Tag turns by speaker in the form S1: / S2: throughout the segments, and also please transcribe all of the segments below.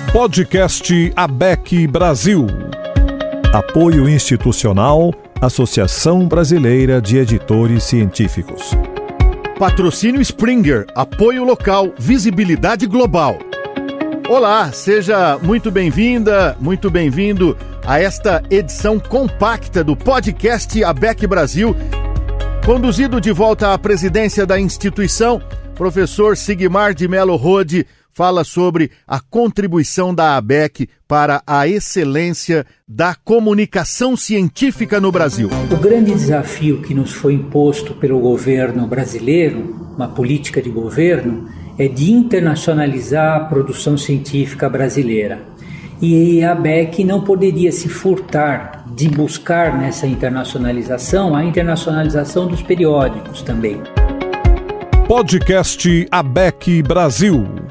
S1: Podcast ABEC Brasil. Apoio institucional, Associação Brasileira de Editores Científicos.
S2: Patrocínio Springer, apoio local, visibilidade global. Olá, seja muito bem-vinda, muito bem-vindo a esta edição compacta do podcast ABEC Brasil. Conduzido de volta à presidência da instituição, professor Sigmar de Mello Rode fala sobre a contribuição da ABEC para a excelência da comunicação científica no Brasil.
S3: O grande desafio que nos foi imposto pelo governo brasileiro, uma política de governo, é de internacionalizar a produção científica brasileira. E a ABEC não poderia se furtar de buscar nessa internacionalização a internacionalização dos periódicos também.
S1: Podcast ABEC Brasil.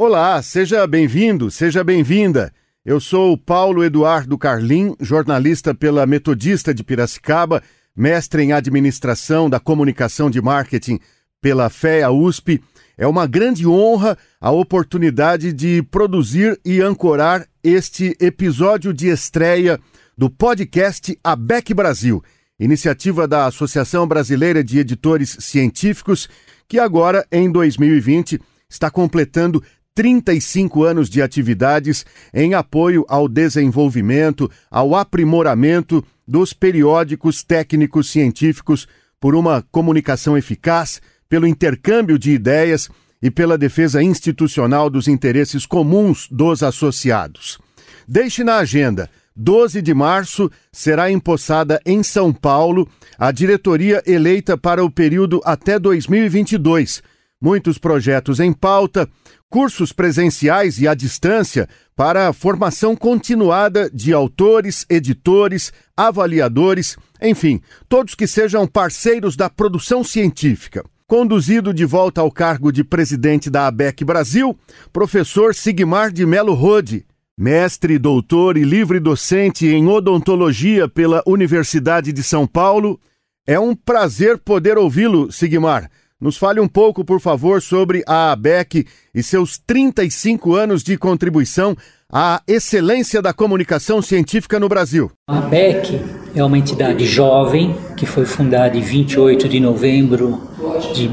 S2: Olá, seja bem-vindo, seja bem-vinda. Eu sou o Paulo Eduardo Carlim, jornalista pela Metodista de Piracicaba, mestre em Administração da Comunicação de Marketing pela FEA USP. É uma grande honra a oportunidade de produzir e ancorar este episódio de estreia do podcast ABEC Brasil, iniciativa da Associação Brasileira de Editores Científicos, que agora, em 2020, está completando 35 anos de atividades em apoio ao desenvolvimento, ao aprimoramento dos periódicos técnicos científicos por uma comunicação eficaz, pelo intercâmbio de ideias e pela defesa institucional dos interesses comuns dos associados. Deixe na agenda, 12 de março será empossada em São Paulo a diretoria eleita para o período até 2022. Muitos projetos em pauta, cursos presenciais e à distância para a formação continuada de autores, editores, avaliadores, enfim, todos que sejam parceiros da produção científica. Conduzido de volta ao cargo de presidente da ABEC Brasil, professor Sigmar de Mello Rode, mestre, doutor e livre docente em odontologia pela Universidade de São Paulo. É um prazer poder ouvi-lo, Sigmar. Nos fale um pouco, por favor, sobre a ABEC e seus 35 anos de contribuição à excelência da comunicação científica no Brasil.
S3: A ABEC é uma entidade jovem que foi fundada em 28 de novembro de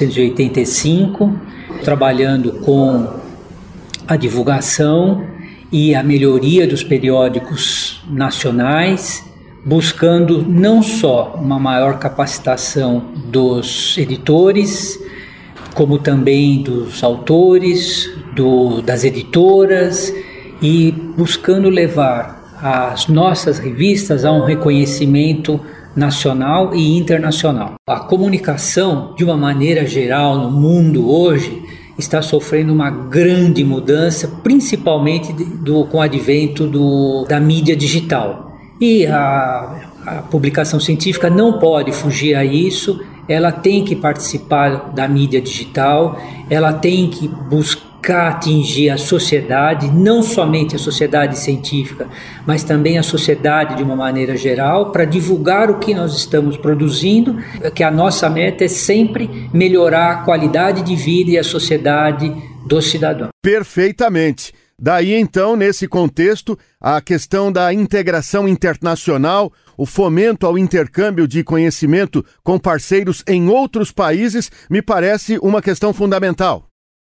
S3: 1985, trabalhando com a divulgação e a melhoria dos periódicos nacionais, buscando não só uma maior capacitação dos editores, como também dos autores, das editoras, e buscando levar as nossas revistas a um reconhecimento nacional e internacional. A comunicação, de uma maneira geral, no mundo hoje, está sofrendo uma grande mudança, principalmente com o advento da mídia digital. E a publicação científica não pode fugir a isso, ela tem que participar da mídia digital, ela tem que buscar atingir a sociedade, não somente a sociedade científica, mas também a sociedade de uma maneira geral, para divulgar o que nós estamos produzindo, que a nossa meta é sempre melhorar a qualidade de vida e a sociedade do cidadão.
S2: Perfeitamente. Daí, então, nesse contexto, a questão da integração internacional, o fomento ao intercâmbio de conhecimento com parceiros em outros países, me parece uma questão fundamental.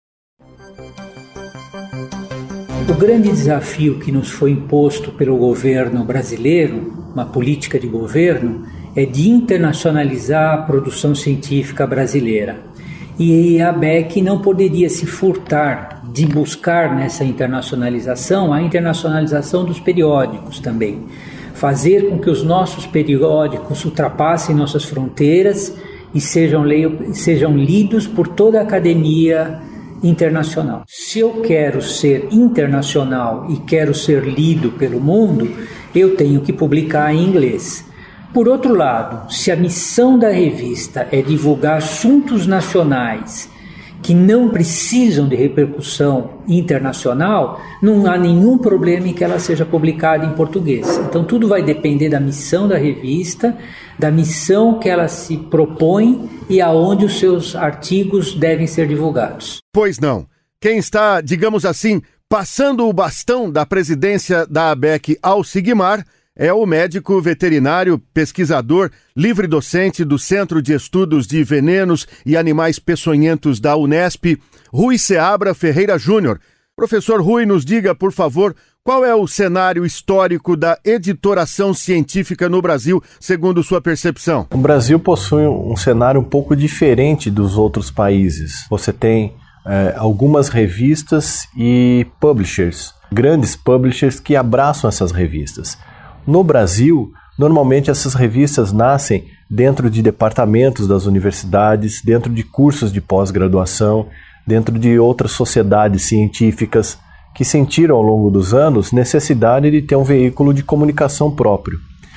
S3: O grande desafio que nos foi imposto pelo governo brasileiro, uma política de governo, é de internacionalizar a produção científica brasileira. E a ABEC não poderia se furtar de buscar nessa internacionalização a internacionalização dos periódicos também. Fazer com que os nossos periódicos ultrapassem nossas fronteiras e sejam lidos por toda a academia internacional. Se eu quero ser internacional e quero ser lido pelo mundo, eu tenho que publicar em inglês. Por outro lado, se a missão da revista é divulgar assuntos nacionais que não precisam de repercussão internacional, não há nenhum problema em que ela seja publicada em português. Então tudo vai depender da missão da revista, da missão que ela se propõe e aonde os seus artigos devem ser divulgados.
S2: Pois não. Quem está, digamos assim, passando o bastão da presidência da ABEC ao Sigmar é o médico veterinário, pesquisador, livre-docente do Centro de Estudos de Venenos e Animais Peçonhentos da Unesp, Rui Seabra Ferreira Júnior. Professor Rui, nos diga, por favor, qual é o cenário histórico da editoração científica no Brasil, segundo sua percepção?
S4: O Brasil possui um cenário um pouco diferente dos outros países. Você tem algumas revistas e publishers, grandes publishers que abraçam essas revistas. No Brasil, normalmente essas revistas nascem dentro de departamentos das universidades, dentro de cursos de pós-graduação, dentro de outras sociedades científicas que sentiram ao longo dos anos necessidade de ter um veículo de comunicação próprio.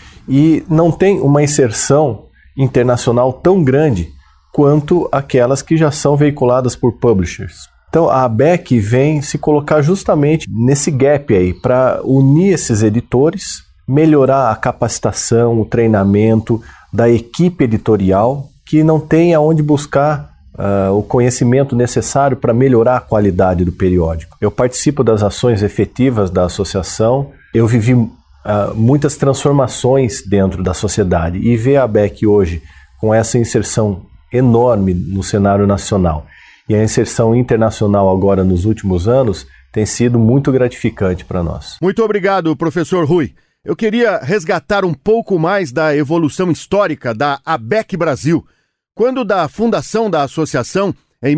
S4: E não tem uma inserção internacional tão grande quanto aquelas que já são veiculadas por publishers. Então a ABEC vem se colocar justamente nesse gap aí, para unir esses editores, melhorar a capacitação, o treinamento da equipe editorial, que não tem aonde buscar o conhecimento necessário para melhorar a qualidade do periódico. Eu participo das ações efetivas da associação, eu vivi muitas transformações dentro da sociedade e ver a ABEC hoje com essa inserção enorme no cenário nacional e a inserção internacional agora nos últimos anos tem sido muito gratificante para nós.
S2: Muito obrigado, professor Rui. Eu queria resgatar um pouco mais da evolução histórica da ABEC Brasil. Quando da fundação da associação, em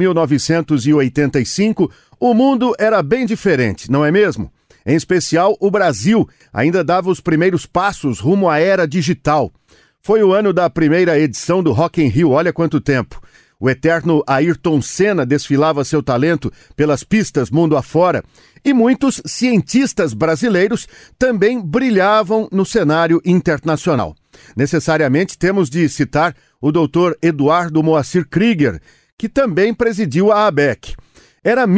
S2: 1985, o mundo era bem diferente, não é mesmo? Em especial, o Brasil ainda dava os primeiros passos rumo à era digital. Foi o ano da primeira edição do Rock in Rio, olha quanto tempo. O eterno Ayrton Senna desfilava seu talento pelas pistas mundo afora e muitos cientistas brasileiros também brilhavam no cenário internacional. Necessariamente temos de citar o Dr. Eduardo Moacir Krieger, que também presidiu a ABEC. Era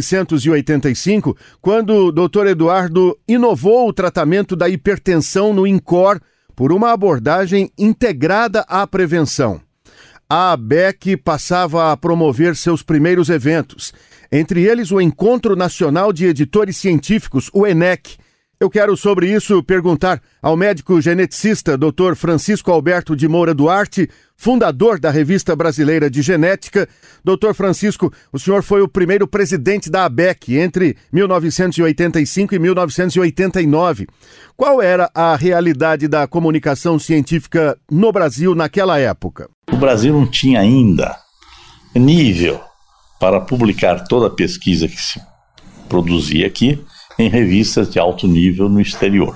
S2: 1985 quando o Dr. Eduardo inovou o tratamento da hipertensão no INCOR por uma abordagem integrada à prevenção. A ABEC passava a promover seus primeiros eventos, entre eles o Encontro Nacional de Editores Científicos, o ENEC. Eu quero sobre isso perguntar ao médico geneticista Dr. Francisco Alberto de Moura Duarte, fundador da Revista Brasileira de Genética. Dr. Francisco, o senhor foi o primeiro presidente da ABEC entre 1985 e 1989. Qual era a realidade da comunicação científica no Brasil naquela época?
S5: O Brasil não tinha ainda nível para publicar toda a pesquisa que se produzia aqui em revistas de alto nível no exterior.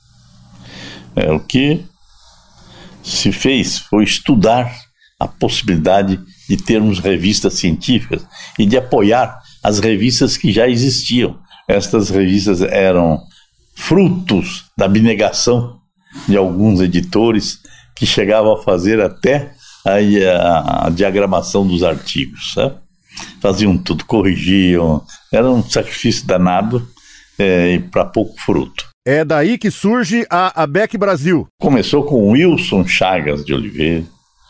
S5: O que se fez foi estudar a possibilidade de termos revistas científicas e de apoiar as revistas que já existiam. Estas revistas eram frutos da abnegação de alguns editores que chegavam a fazer até a diagramação dos artigos, sabe? Faziam tudo, corrigiam, era um sacrifício danado e para pouco fruto.
S2: É daí que surge a ABEC Brasil.
S5: Começou com Wilson Chagas de Oliveira,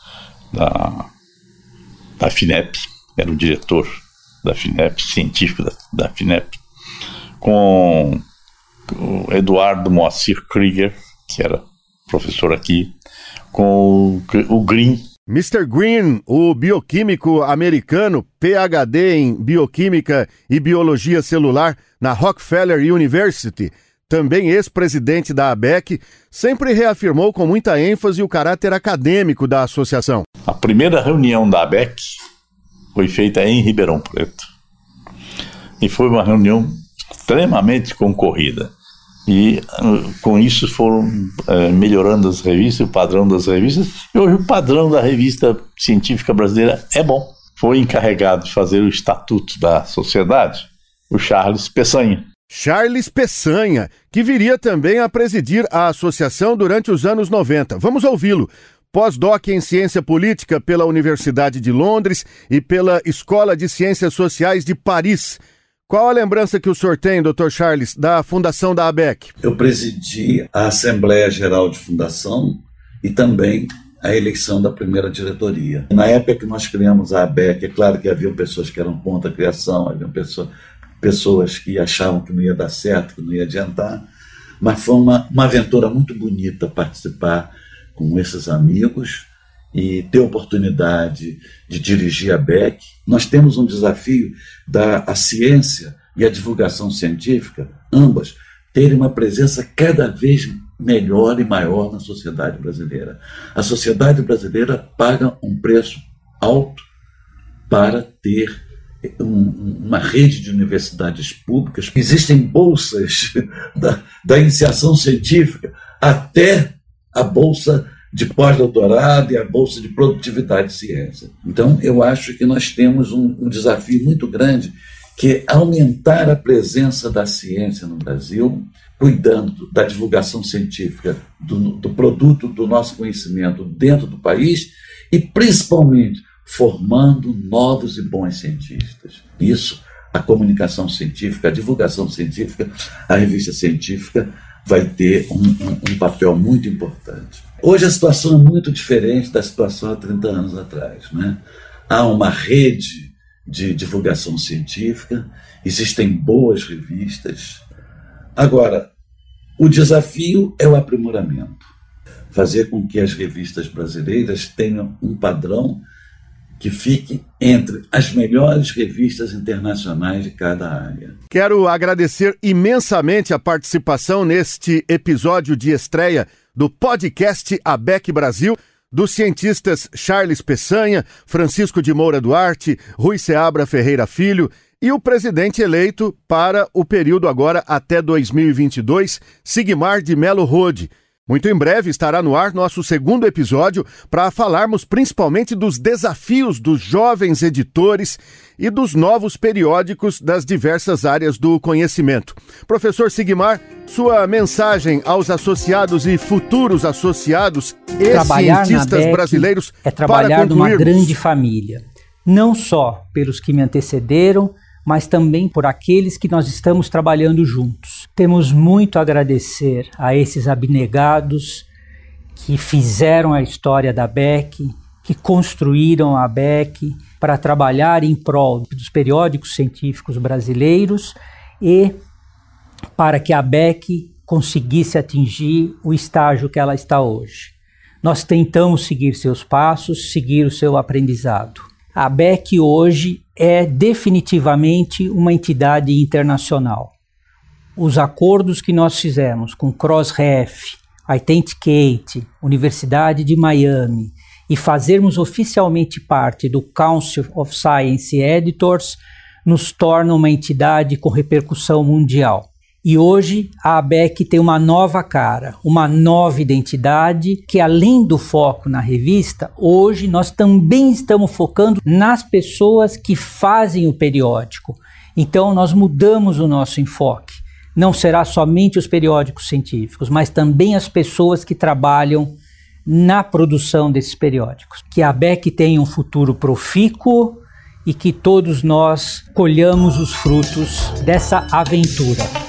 S5: da FINEP, era o diretor da FINEP, científico da FINEP, com o Eduardo Moacir Krieger, que era professor aqui, com o Green.
S2: Mr. Green, o bioquímico americano, PhD em Bioquímica e Biologia Celular na Rockefeller University, também ex-presidente da ABEC, sempre reafirmou com muita ênfase o caráter acadêmico da associação.
S5: A primeira reunião da ABEC foi feita em Ribeirão Preto. E foi uma reunião extremamente concorrida. E com isso foram melhorando as revistas, o padrão das revistas. E hoje o padrão da revista científica brasileira é bom. Foi encarregado de fazer o estatuto da sociedade o Charles Peçanha.
S2: Charles Peçanha, que viria também a presidir a associação durante os anos 90. Vamos ouvi-lo. Pós-doc em Ciência Política pela Universidade de Londres e pela Escola de Ciências Sociais de Paris. Qual a lembrança que o senhor tem, Dr. Charles, da fundação da ABEC?
S6: Eu presidi a Assembleia Geral de Fundação e também a eleição da primeira diretoria. Na época que nós criamos a ABEC, é claro que havia pessoas que eram contra a criação, havia pessoas que achavam que não ia dar certo, que não ia adiantar, mas foi uma aventura muito bonita participar com esses amigos e ter a oportunidade de dirigir a ABEC. Nós temos um desafio da ciência e a divulgação científica, ambas, terem uma presença cada vez melhor e maior na sociedade brasileira. A sociedade brasileira paga um preço alto para ter uma rede de universidades públicas. Existem bolsas da iniciação científica até a bolsa de pós-doutorado e a bolsa de produtividade de ciência. Então, eu acho que nós temos um desafio muito grande, que é aumentar a presença da ciência no Brasil, cuidando da divulgação científica, do produto do nosso conhecimento dentro do país e, principalmente, formando novos e bons cientistas. Isso a comunicação científica, a divulgação científica, a revista científica vai ter um papel muito importante. Hoje a situação é muito diferente da situação há 30 anos atrás, né? Há uma rede de divulgação científica, existem boas revistas. Agora, o desafio é o aprimoramento. Fazer com que as revistas brasileiras tenham um padrão que fique entre as melhores revistas internacionais de cada área.
S2: Quero agradecer imensamente a participação neste episódio de estreia do podcast ABEC Brasil, dos cientistas Charles Peçanha, Francisco de Moura Duarte, Rui Seabra Ferreira Filho e o presidente eleito para o período agora até 2022, Sigmar de Mello Rode. Muito em breve estará no ar nosso segundo episódio para falarmos principalmente dos desafios dos jovens editores e dos novos periódicos das diversas áreas do conhecimento. Professor Sigmar, sua mensagem aos associados e futuros associados e
S3: trabalhar
S2: cientistas brasileiros
S3: é trabalhar numa grande família, não só pelos que me antecederam, mas também por aqueles que nós estamos trabalhando juntos. Temos muito a agradecer a esses abnegados que fizeram a história da ABEC, que construíram a ABEC para trabalhar em prol dos periódicos científicos brasileiros e para que a ABEC conseguisse atingir o estágio que ela está hoje. Nós tentamos seguir seus passos, seguir o seu aprendizado. A ABEC hoje é definitivamente uma entidade internacional. Os acordos que nós fizemos com Crossref, Authenticate, Universidade de Miami e fazermos oficialmente parte do Council of Science Editors nos torna uma entidade com repercussão mundial. E hoje a ABEC tem uma nova cara, uma nova identidade, que além do foco na revista, hoje nós também estamos focando nas pessoas que fazem o periódico. Então nós mudamos o nosso enfoque. Não será somente os periódicos científicos, mas também as pessoas que trabalham na produção desses periódicos. Que a ABEC tenha um futuro profícuo e que todos nós colhamos os frutos dessa aventura.